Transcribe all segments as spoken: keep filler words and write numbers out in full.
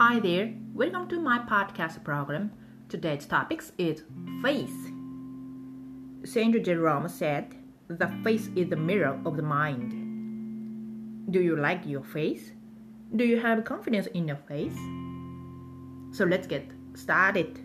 Hi there, welcome to my podcast program. Today's topic is face. Saint Jerome said, the face is the mirror of the mind. Do you like your face? Do you have confidence in your face? So let's get started.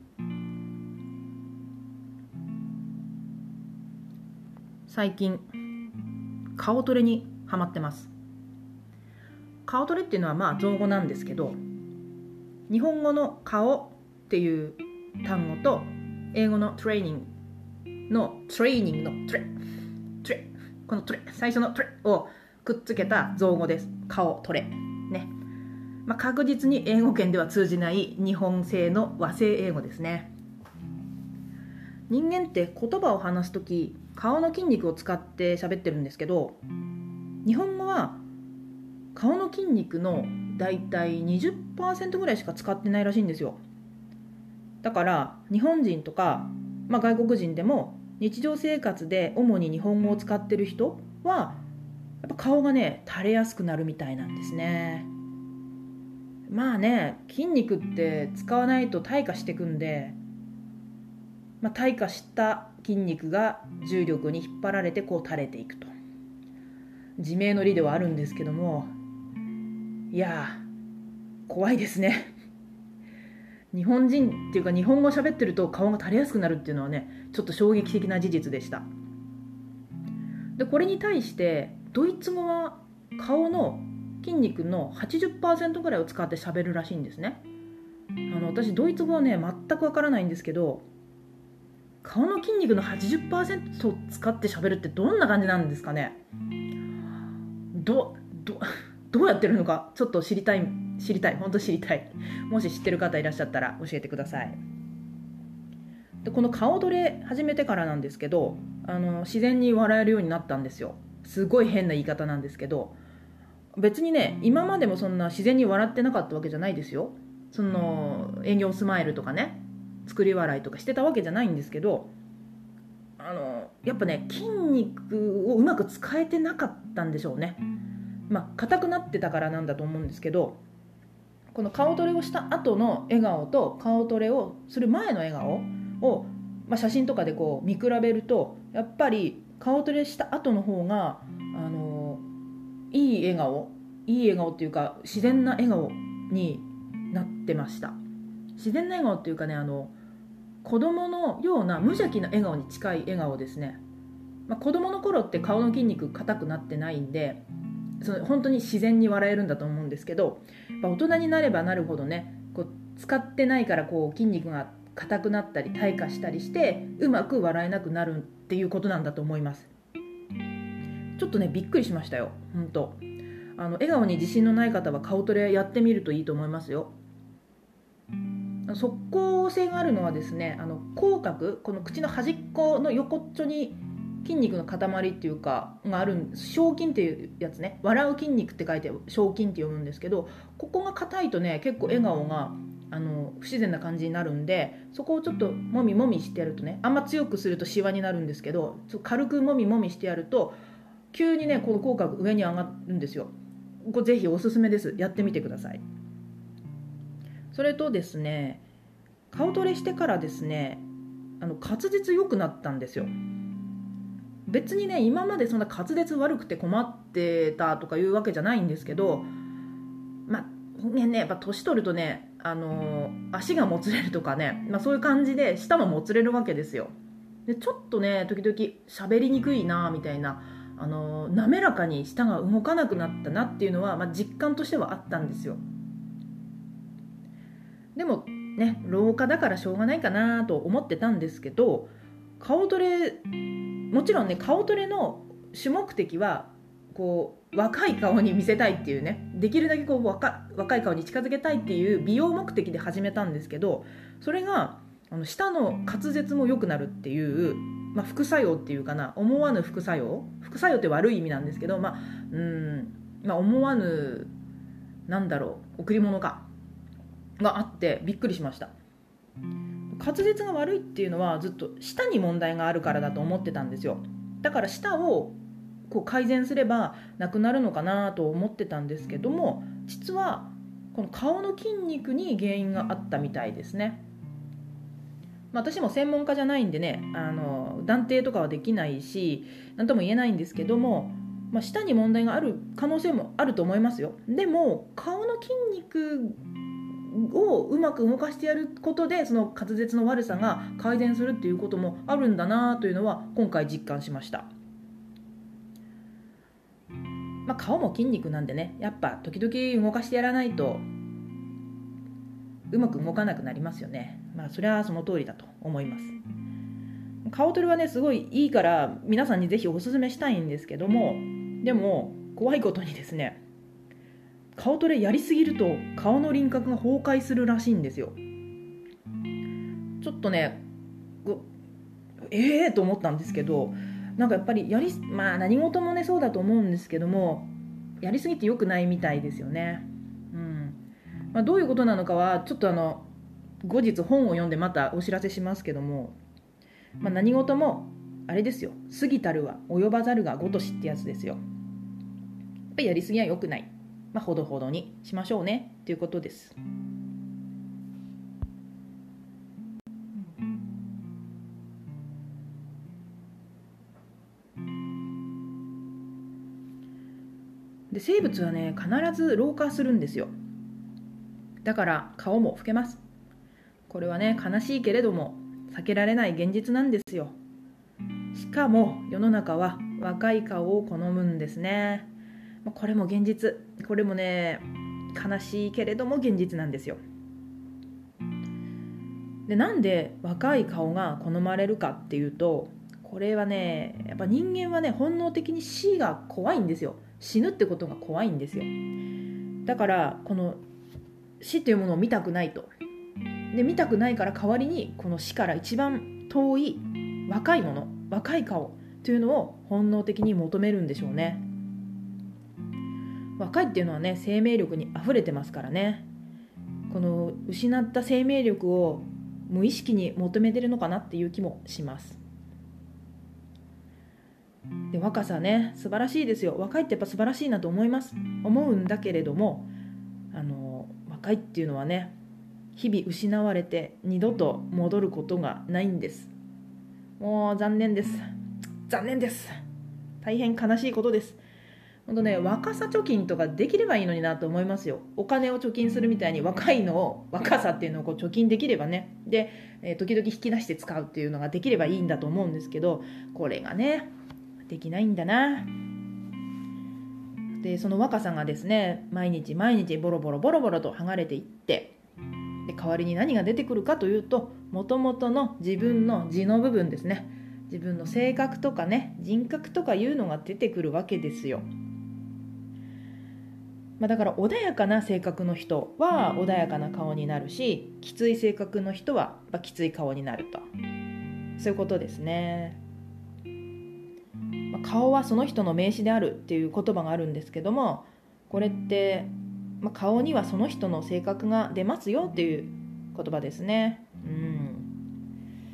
最近顔トレにハマってます。顔トレっていうのはまあ造語なんですけど、日本語の顔っていう単語と英語のトレーニングのトレーニングのトレトレこのトレ最初のトレをくっつけた造語です。顔トレね、まあ、確実に英語圏では通じない日本製の和製英語ですね。人間って言葉を話すとき顔の筋肉を使って喋ってるんですけど、日本語は顔の筋肉のだいたい にじゅっパーセント ぐらいしか使ってないらしいんですよ。だから日本人とか、まあ、外国人でも日常生活で主に日本語を使ってる人はやっぱ顔がね垂れやすくなるみたいなんですね。まあね、筋肉って使わないと退化していくんで、まあ、退化した筋肉が重力に引っ張られてこう垂れていくと、自明の理ではあるんですけども、いやー怖いですね。日本人っていうか日本語喋ってると顔が垂れやすくなるっていうのはね、ちょっと衝撃的な事実でした。でこれに対してドイツ語は顔の筋肉の はちじゅっパーセント ぐらいを使って喋るらしいんですね。あの私ドイツ語はね全くわからないんですけど、顔の筋肉の はちじゅっパーセント を使って喋るってどんな感じなんですかね。どどどうやってるのかちょっと知りたい知りたい本当知りたい。もし知ってる方いらっしゃったら教えてください。でこの顔トレ始めてからなんですけど、あの自然に笑えるようになったんですよ。すごい変な言い方なんですけど、別にね今までもそんな自然に笑ってなかったわけじゃないですよ。その営業スマイルとかね作り笑いとかしてたわけじゃないんですけど、あのやっぱね筋肉をうまく使えてなかったんでしょうね。まあ硬くなってたからなんだと思うんですけど、この顔トレをした後の笑顔と顔トレをする前の笑顔を、まあ、写真とかでこう見比べると、やっぱり顔トレした後の方があのいい笑顔いい笑顔っていうか自然な笑顔になってました。自然な笑顔っていうかね、あの子供のような無邪気な笑顔に近い笑顔ですね。まあ、子供の頃って顔の筋肉硬くなってないんで、その本当に自然に笑えるんだと思うんですけど、大人になればなるほどねこう使ってないからこう筋肉が硬くなったり退化したりしてうまく笑えなくなるっていうことなんだと思います。ちょっとねびっくりしましたよ。本当あの笑顔に自信のない方は顔トレやってみるといいと思いますよ。即効性があるのはですね、あの口角、この口の端っこの横っちょに筋肉の塊っていうかがあるんです。小筋っていうやつね、笑う筋肉って書いて小筋って読むんですけど、ここが硬いとね結構笑顔があの不自然な感じになるんで、そこをちょっともみもみしてやるとね、あんま強くするとシワになるんですけど、ちょっと軽くもみもみしてやると急にねこの口角上に上がるんですよ。これぜひおすすめです。やってみてください。それとですね、顔トレしてからですね、あの滑舌良くなったんですよ。別にね今までそんな滑舌悪くて困ってたとかいうわけじゃないんですけど、まあ人間ねやっぱ年取るとね、あのー、足がもつれるとかね、まあ、そういう感じで舌ももつれるわけですよ。でちょっとね時々喋りにくいなみたいな、あのー、滑らかに舌が動かなくなったなっていうのは、まあ、実感としてはあったんですよ。でもね老化だからしょうがないかなと思ってたんですけど、顔トレもちろんね顔トレの主目的はこう若い顔に見せたいっていうね、できるだけこう 若, 若い顔に近づけたいっていう美容目的で始めたんですけど、それがあの舌の滑舌も良くなるっていう、まあ、副作用っていうかな、思わぬ副作用副作用って悪い意味なんですけど、まあうん、まあ、思わぬなんだろう贈り物かがあってびっくりしました。滑舌が悪いっていうのはずっと舌に問題があるからだと思ってたんですよ。だから舌をこう改善すればなくなるのかなと思ってたんですけども、実はこの顔の筋肉に原因があったみたいですね。まあ、私も専門家じゃないんでね、あの断定とかはできないし何とも言えないんですけども、まあ、舌に問題がある可能性もあると思いますよ。でも顔の筋肉をうまく動かしてやることでその滑舌の悪さが改善するっていうこともあるんだなというのは今回実感しました。まあ、顔も筋肉なんでね、やっぱ時々動かしてやらないとうまく動かなくなりますよね。まあそれはその通りだと思います。顔トレはねすごいいいから皆さんにぜひおすすめしたいんですけども、でも怖いことにですね、顔トレやりすぎると顔の輪郭が崩壊するらしいんですよ。ちょっとねええー、と思ったんですけど、なんかやっぱりやりまあ何事もねそうだと思うんですけども、やりすぎて良くないみたいですよね。うんまあ、どういうことなのかはちょっとあの後日本を読んでまたお知らせしますけども、まあ、何事もあれですよ、過ぎたるは及ばざるが如しってやつですよ。やっぱりやりすぎは良くない、まあ、ほどほどにしましょうねということです。で生物はね必ず老化するんですよ。だから顔も老けます。これはね悲しいけれども避けられない現実なんですよ。しかも世の中は若い顔を好むんですね。これも現実、これもね悲しいけれども現実なんですよ。でなんで若い顔が好まれるかっていうと、これはねやっぱ人間はね本能的に死が怖いんですよ。死ぬってことが怖いんですよ。だからこの死というものを見たくないと。で見たくないから代わりにこの死から一番遠い若いもの、若い顔というのを本能的に求めるんでしょうね。若いっていうのはね生命力にあふれてますからね。この失った生命力を無意識に求めてるのかなっていう気もします。で若さね素晴らしいですよ。若いってやっぱ素晴らしいなと思います思うんだけれども、あの若いっていうのはね日々失われて二度と戻ることがないんです。もう残念です残念です大変悲しいことです。本当ね、若さ貯金とかできればいいのになと思いますよ。お金を貯金するみたいに若いのを若さっていうのをこう貯金できればね、で、えー、時々引き出して使うっていうのができればいいんだと思うんですけど、これがねできないんだな。でその若さがですね毎日毎日ボロボロボロボロと剥がれていって、で代わりに何が出てくるかというと、もともとの自分の地の部分ですね、自分の性格とかね人格とかいうのが出てくるわけですよ。まあ、だから穏やかな性格の人は穏やかな顔になるし、きつい性格の人はやっぱきつい顔になると、そういうことですね。まあ、顔はその人の名詞であるっていう言葉があるんですけども、これって、まあ、顔にはその人の性格が出ますよっていう言葉ですね。うん、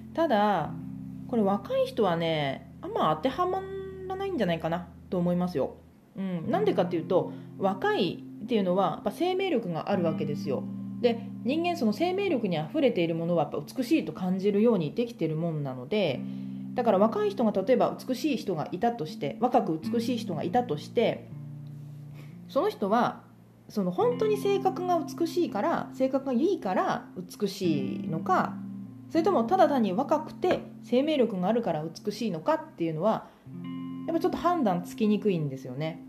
ただこれ若い人はねあんま当てはまらないんじゃないかなと思いますよ。うん、なんでかっていうと、若いっていうのはやっぱ生命力があるわけですよ。で人間その生命力にあふれているものはやっぱ美しいと感じるようにできているもんなので、だから若い人が例えば美しい人がいたとして、若く美しい人がいたとして、その人はその本当に性格が美しいから性格がいいから美しいのか、それともただ単に若くて生命力があるから美しいのかっていうのはやっぱちょっと判断つきにくいんですよね。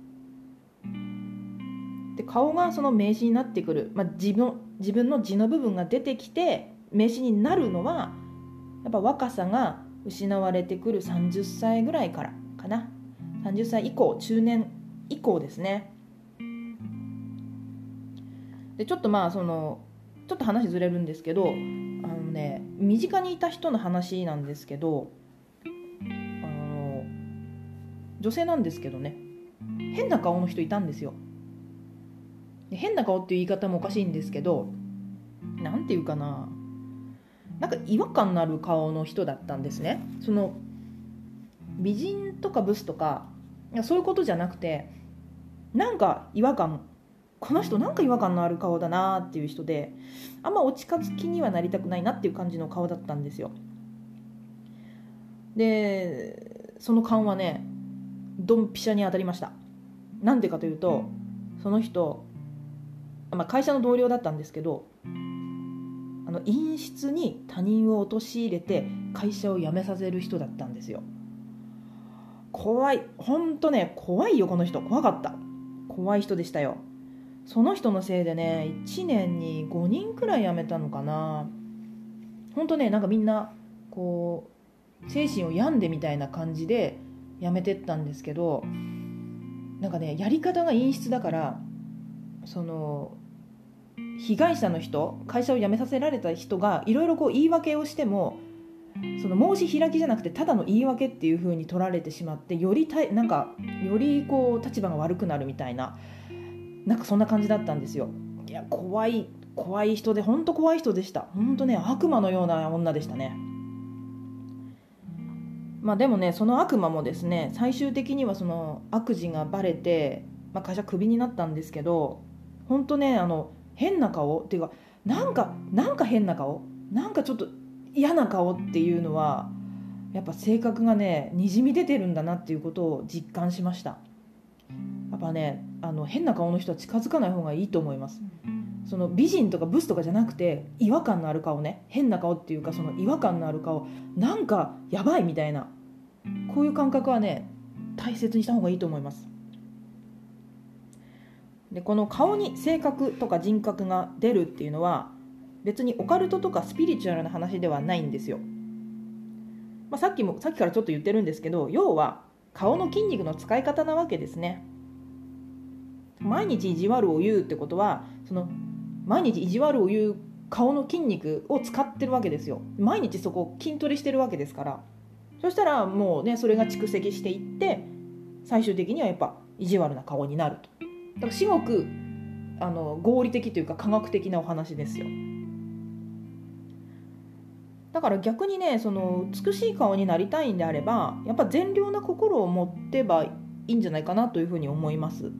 で顔がその名詞になってくる、まあ、自分自分の字の部分が出てきて名詞になるのはやっぱ若さが失われてくるさんじゅっさいぐらいからかな。さんじゅっさい以降、中年以降ですね。でちょっとまあそのちょっと話ずれるんですけど、あのね身近にいた人の話なんですけど、あの女性なんですけどね、変な顔の人いたんですよ。で変な顔っていう言い方もおかしいんですけど、なんていうかな、なんか違和感のある顔の人だったんですね。その美人とかブスとかそういうことじゃなくて、なんか違和感この人なんか違和感のある顔だなっていう人で、あんまお近づきにはなりたくないなっていう感じの顔だったんですよ。でその勘はねドンピシャに当たりました。なんでかというと、その人、まあ、会社の同僚だったんですけど、あの陰湿に他人を陥れて会社を辞めさせる人だったんですよ。怖い、ほんとね怖いよ、この人怖かった。怖い人でしたよ。その人のせいでねいちねんにごにんくらい辞めたのかな。ほんとね、なんかみんなこう精神を病んでみたいな感じで辞めてったんですけど、なんかねやり方が陰湿だから、その被害者の人、会社を辞めさせられた人がいろいろこう言い訳をしても、その申し開きじゃなくてただの言い訳っていう風に取られてしまって、よりたなんかよりこう立場が悪くなるみたいな、なんかそんな感じだったんですよ。いや怖い怖い人で、本当怖い人でした。本当ね悪魔のような女でしたね。まあでもね、その悪魔もですね、最終的にはその悪事がバレて、まあ、会社クビになったんですけど、本当ねあの変な顔っていうか、なんかなんか変な顔、なんかちょっと嫌な顔っていうのはやっぱ性格がねにじみ出てるんだなっていうことを実感しました。やっぱね、あの変な顔の人は近づかない方がいいと思います。その美人とかブスとかじゃなくて、違和感のある顔ね、変な顔っていうか、その違和感のある顔、なんかやばいみたいな、こういう感覚はね大切にした方がいいと思います。でこの顔に性格とか人格が出るっていうのは別にオカルトとかスピリチュアルな話ではないんですよ。まあ、さっきもさっきからちょっと言ってるんですけど、要は顔の筋肉の使い方なわけですね。毎日意地悪を言うってことは、その毎日意地悪を言う顔の筋肉を使ってるわけですよ。毎日そこ筋トレしてるわけですから、そしたらもうねそれが蓄積していって最終的にはやっぱ意地悪な顔になると。だからすごくあの合理的というか科学的なお話ですよ。だから逆にね、その美しい顔になりたいんであれば、やっぱ善良な心を持ってばいいんじゃないかなというふうに思います。うん、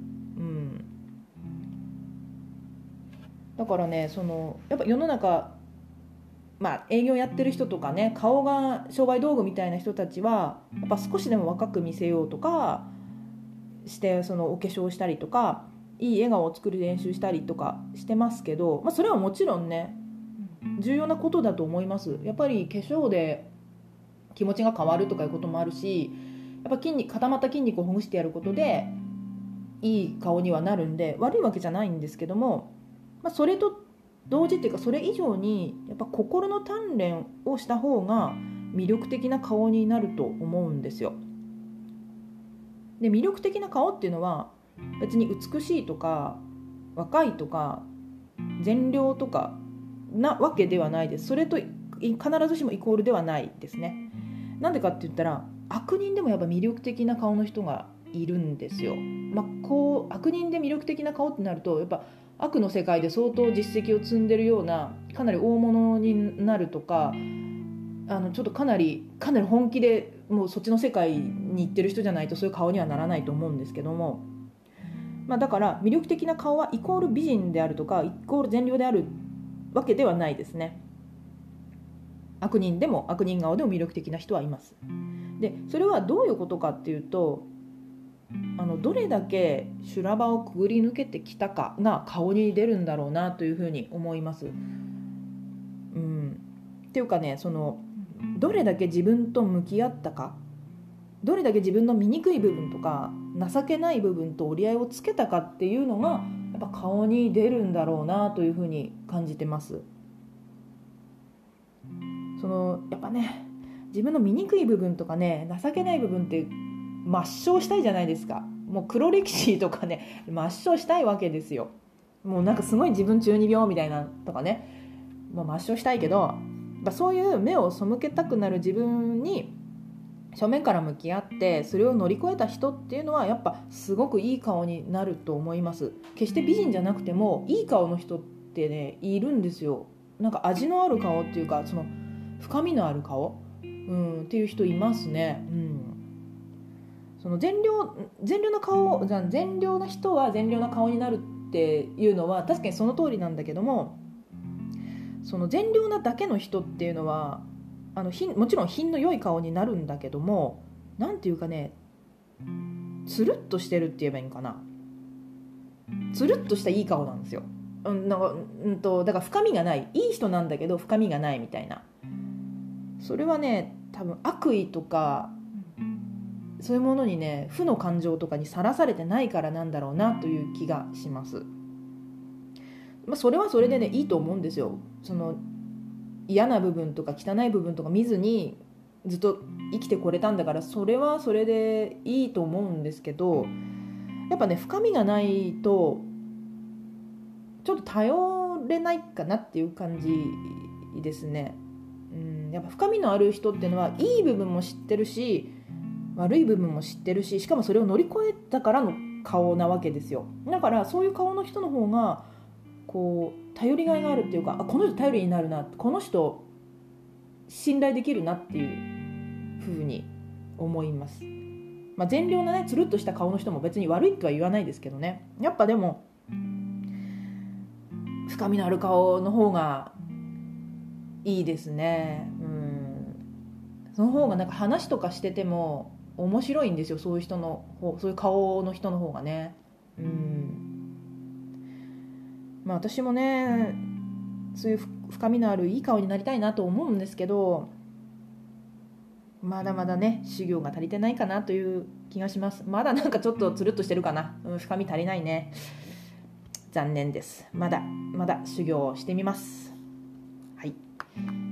だからね、そのやっぱ世の中、まあ、営業やってる人とかね、顔が商売道具みたいな人たちはやっぱ少しでも若く見せようとかして、そのお化粧したりとかいい笑顔を作る練習したりとかしてますけど、まあ、それはもちろんね重要なことだと思います。やっぱり化粧で気持ちが変わるとかいうこともあるし、やっぱ筋肉、固まった筋肉をほぐしてやることでいい顔にはなるんで悪いわけじゃないんですけども、まあ、それと同時っていうかそれ以上にやっぱ心の鍛錬をした方が魅力的な顔になると思うんですよ。で魅力的な顔っていうのは別に美しいとか若いとか善良とかなわけではないです。それと必ずしもイコールではないですね。なんでかって言ったら、悪人でもやっぱ魅力的な顔の人がいるんですよ。まあ、こう悪人で魅力的な顔ってなると、やっぱ悪の世界で相当実績を積んでるようなかなり大物になるとか、あのちょっとかなりかなり本気でもうそっちの世界に行ってる人じゃないとそういう顔にはならないと思うんですけども、まあ、だから魅力的な顔はイコール美人であるとかイコール善良であるわけではないですね。悪人でも悪人顔でも魅力的な人はいます。でそれはどういうことかっていうと、あのどれだけ修羅場をくぐり抜けてきたかが顔に出るんだろうなというふうに思います。うん、っていうかね、そのどれだけ自分と向き合ったか、どれだけ自分の醜い部分とか情けない部分と折り合いをつけたかっていうのがやっぱ顔に出るんだろうなというふうに感じてます。そのやっぱね、自分の醜い部分とかね情けない部分って抹消したいじゃないですか。もう黒歴史とかね抹消したいわけですよ。もうなんかすごい自分中二病みたいなとかね、もう抹消したいけど、やっぱそういう目を背けたくなる自分に正面から向き合ってそれを乗り越えた人っていうのはやっぱすごくいい顔になると思います。決して美人じゃなくてもいい顔の人ってねいるんですよ。なんか味のある顔っていうか、その深みのある顔、うん、っていう人いますね。うん、その善良善良な顔じゃ善良な人は善良な顔になるっていうのは確かにその通りなんだけども、その善良なだけの人っていうのはあの品もちろん品の良い顔になるんだけども、なんていうかね、つるっとしてるって言えばいいのかな、つるっとしたいい顔なんですよ。うん、なんかうんとだから深みがない、いい人なんだけど深みがないみたいな。それはね多分悪意とかそういうものにね、負の感情とかにさらされてないからなんだろうなという気がします。まあ、それはそれでねいいと思うんですよ。その嫌な部分とか汚い部分とか見ずにずっと生きてこれたんだから、それはそれでいいと思うんですけど、やっぱね深みがないとちょっと頼れないかなっていう感じですね。うん、やっぱ深みのある人っていうのはいい部分も知ってるし悪い部分も知ってるし、しかもそれを乗り越えたからの顔なわけですよ。だからそういう顔の人の方がこう頼りがいがあるっていうか、あ、この人頼りになるな、この人信頼できるなっていうふうに思います。まあ、善良なねつるっとした顔の人も別に悪いとは言わないですけどね、やっぱでも深みのある顔の方がいいですね。うん、その方がなんか話とかしてても面白いんですよ、そういう人の方、そういう顔の人の方がね。うん、まあ私もねそういう深みのあるいい顔になりたいなと思うんですけど、まだまだね修行が足りてないかなという気がします。まだなんかちょっとつるっとしてるかな、うん、深み足りないね、残念です。まだまだ修行をしてみます。はい。